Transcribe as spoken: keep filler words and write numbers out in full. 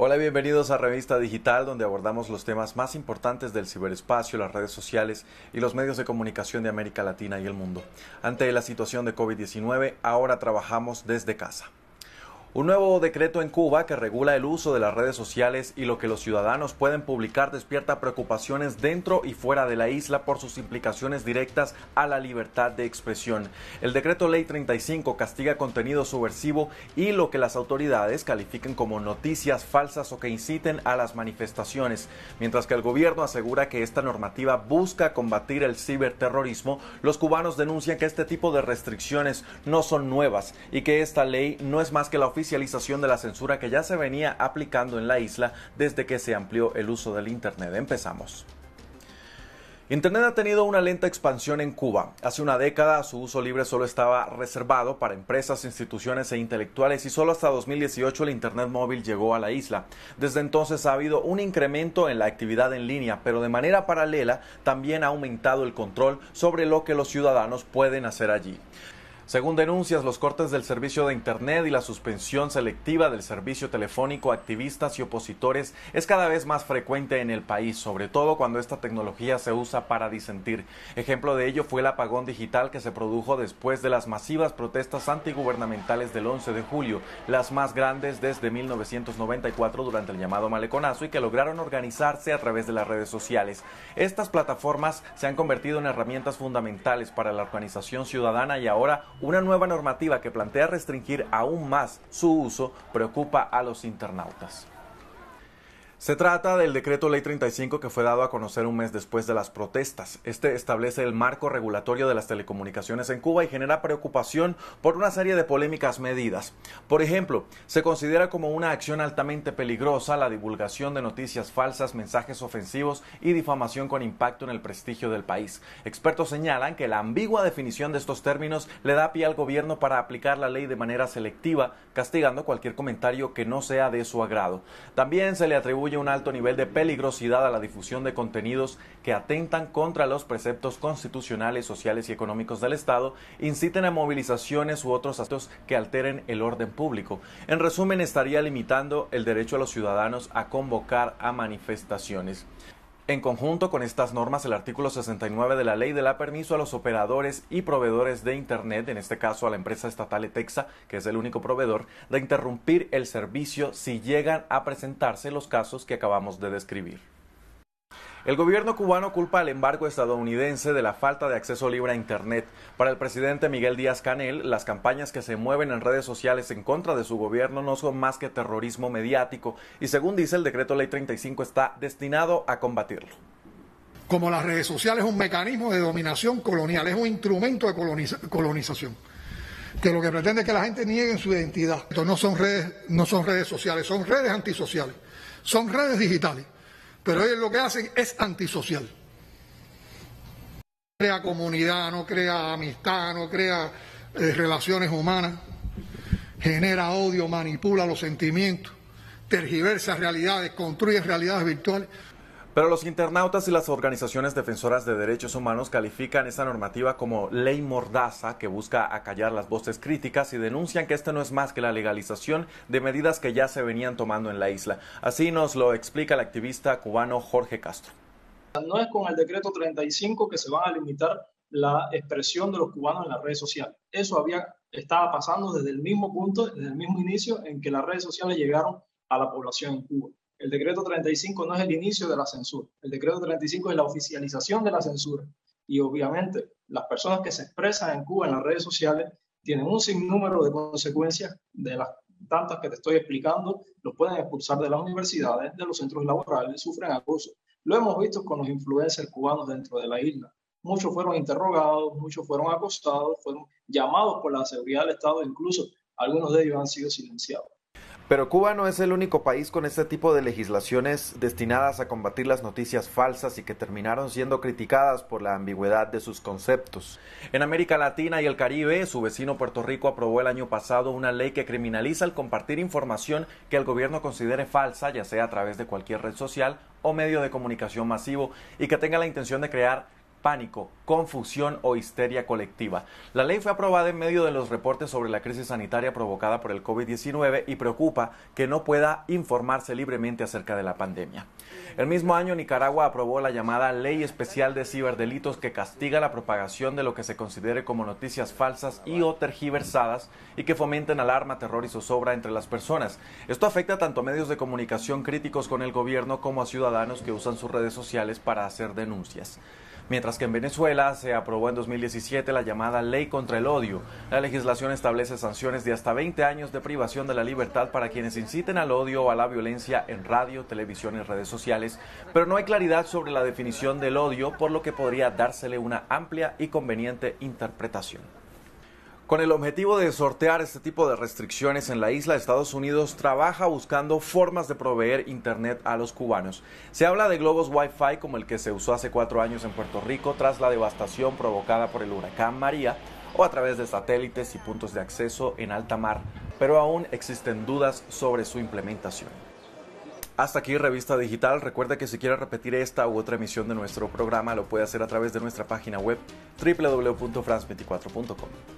Hola, bienvenidos a Revista Digital, donde abordamos los temas más importantes del ciberespacio, las redes sociales y los medios de comunicación de América Latina y el mundo. Ante la situación de COVID diecinueve, ahora trabajamos desde casa. Un nuevo decreto en Cuba que regula el uso de las redes sociales y lo que los ciudadanos pueden publicar despierta preocupaciones dentro y fuera de la isla por sus implicaciones directas a la libertad de expresión. El decreto ley treinta y cinco castiga contenido subversivo y lo que las autoridades califiquen como noticias falsas o que inciten a las manifestaciones. Mientras que el gobierno asegura que esta normativa busca combatir el ciberterrorismo, los cubanos denuncian que este tipo de restricciones no son nuevas y que esta ley no es más que la oficialización de la censura que ya se venía aplicando en la isla desde que se amplió el uso del Internet. Empezamos. Internet ha tenido una lenta expansión en Cuba. Hace una década su uso libre solo estaba reservado para empresas, instituciones e intelectuales y solo hasta dos mil dieciocho el Internet móvil llegó a la isla. Desde entonces ha habido un incremento en la actividad en línea, pero de manera paralela también ha aumentado el control sobre lo que los ciudadanos pueden hacer allí. Según denuncias, los cortes del servicio de Internet y la suspensión selectiva del servicio telefónico a activistas y opositores es cada vez más frecuente en el país, sobre todo cuando esta tecnología se usa para disentir. Ejemplo de ello fue el apagón digital que se produjo después de las masivas protestas antigubernamentales del once de julio, las más grandes desde mil novecientos noventa y cuatro durante el llamado maleconazo y que lograron organizarse a través de las redes sociales. Estas plataformas se han convertido en herramientas fundamentales para la organización ciudadana y ahora una nueva normativa que plantea restringir aún más su uso preocupa a los internautas. Se trata del decreto ley treinta y cinco que fue dado a conocer un mes después de las protestas. Este establece el marco regulatorio de las telecomunicaciones en Cuba y genera preocupación por una serie de polémicas medidas. Por ejemplo, se considera como una acción altamente peligrosa la divulgación de noticias falsas, mensajes ofensivos y difamación con impacto en el prestigio del país. Expertos señalan que la ambigua definición de estos términos le da pie al gobierno para aplicar la ley de manera selectiva, castigando cualquier comentario que no sea de su agrado. También se le atribuye un alto nivel de peligrosidad a la difusión de contenidos que atentan contra los preceptos constitucionales, sociales y económicos del Estado, inciten a movilizaciones u otros actos que alteren el orden público. En resumen, estaría limitando el derecho a los ciudadanos a convocar a manifestaciones. En conjunto con estas normas, el artículo sesenta y nueve de la ley le da permiso a los operadores y proveedores de Internet, en este caso a la empresa estatal ETEXA, que es el único proveedor, de interrumpir el servicio si llegan a presentarse los casos que acabamos de describir. El gobierno cubano culpa al embargo estadounidense de la falta de acceso libre a Internet. Para el presidente Miguel Díaz-Canel, las campañas que se mueven en redes sociales en contra de su gobierno no son más que terrorismo mediático y, según dice, el decreto ley treinta y cinco está destinado a combatirlo. Como las redes sociales es un mecanismo de dominación colonial, es un instrumento de coloniza colonización, que lo que pretende es que la gente niegue su identidad. Esto no son redes, no son redes sociales, son redes antisociales, son redes digitales. Pero ellos lo que hacen es antisocial. No crea comunidad, no crea amistad, no crea eh, relaciones humanas, genera odio, manipula los sentimientos, tergiversa realidades, construye realidades virtuales. Pero los internautas y las organizaciones defensoras de derechos humanos califican esa normativa como ley mordaza que busca acallar las voces críticas y denuncian que esto no es más que la legalización de medidas que ya se venían tomando en la isla. Así nos lo explica el activista cubano Jorge Castro. No es con el decreto treinta y cinco que se van a limitar la expresión de los cubanos en las redes sociales. Eso había, estaba pasando desde el mismo punto, desde el mismo inicio en que las redes sociales llegaron a la población en Cuba. El decreto treinta y cinco no es el inicio de la censura. El decreto treinta y cinco es la oficialización de la censura. Y obviamente las personas que se expresan en Cuba en las redes sociales tienen un sinnúmero de consecuencias de las tantas que te estoy explicando. Los pueden expulsar de las universidades, de los centros laborales, sufren acoso. Lo hemos visto con los influencers cubanos dentro de la isla. Muchos fueron interrogados, muchos fueron acosados, fueron llamados por la seguridad del Estado, incluso algunos de ellos han sido silenciados. Pero Cuba no es el único país con este tipo de legislaciones destinadas a combatir las noticias falsas y que terminaron siendo criticadas por la ambigüedad de sus conceptos. En América Latina y el Caribe, su vecino Puerto Rico aprobó el año pasado una ley que criminaliza el compartir información que el gobierno considere falsa, ya sea a través de cualquier red social o medio de comunicación masivo, y que tenga la intención de crear pánico, confusión o histeria colectiva. La ley fue aprobada en medio de los reportes sobre la crisis sanitaria provocada por el COVID diecinueve y preocupa que no pueda informarse libremente acerca de la pandemia. El mismo año, Nicaragua aprobó la llamada Ley Especial de Ciberdelitos, que castiga la propagación de lo que se considere como noticias falsas y o tergiversadas y que fomenten alarma, terror y zozobra entre las personas. Esto afecta tanto a medios de comunicación críticos con el gobierno como a ciudadanos que usan sus redes sociales para hacer denuncias. Mientras que en Venezuela se aprobó en dos mil diecisiete la llamada Ley contra el Odio. La legislación establece sanciones de hasta veinte años de privación de la libertad para quienes inciten al odio o a la violencia en radio, televisión y redes sociales, pero no hay claridad sobre la definición del odio, por lo que podría dársele una amplia y conveniente interpretación. Con el objetivo de sortear este tipo de restricciones en la isla, Estados Unidos trabaja buscando formas de proveer internet a los cubanos. Se habla de globos Wi-Fi como el que se usó hace cuatro años en Puerto Rico tras la devastación provocada por el huracán María, o a través de satélites y puntos de acceso en alta mar, pero aún existen dudas sobre su implementación. Hasta aquí Revista Digital. Recuerda que si quiere repetir esta u otra emisión de nuestro programa, lo puede hacer a través de nuestra página web doble u doble u doble u punto france veinticuatro punto com.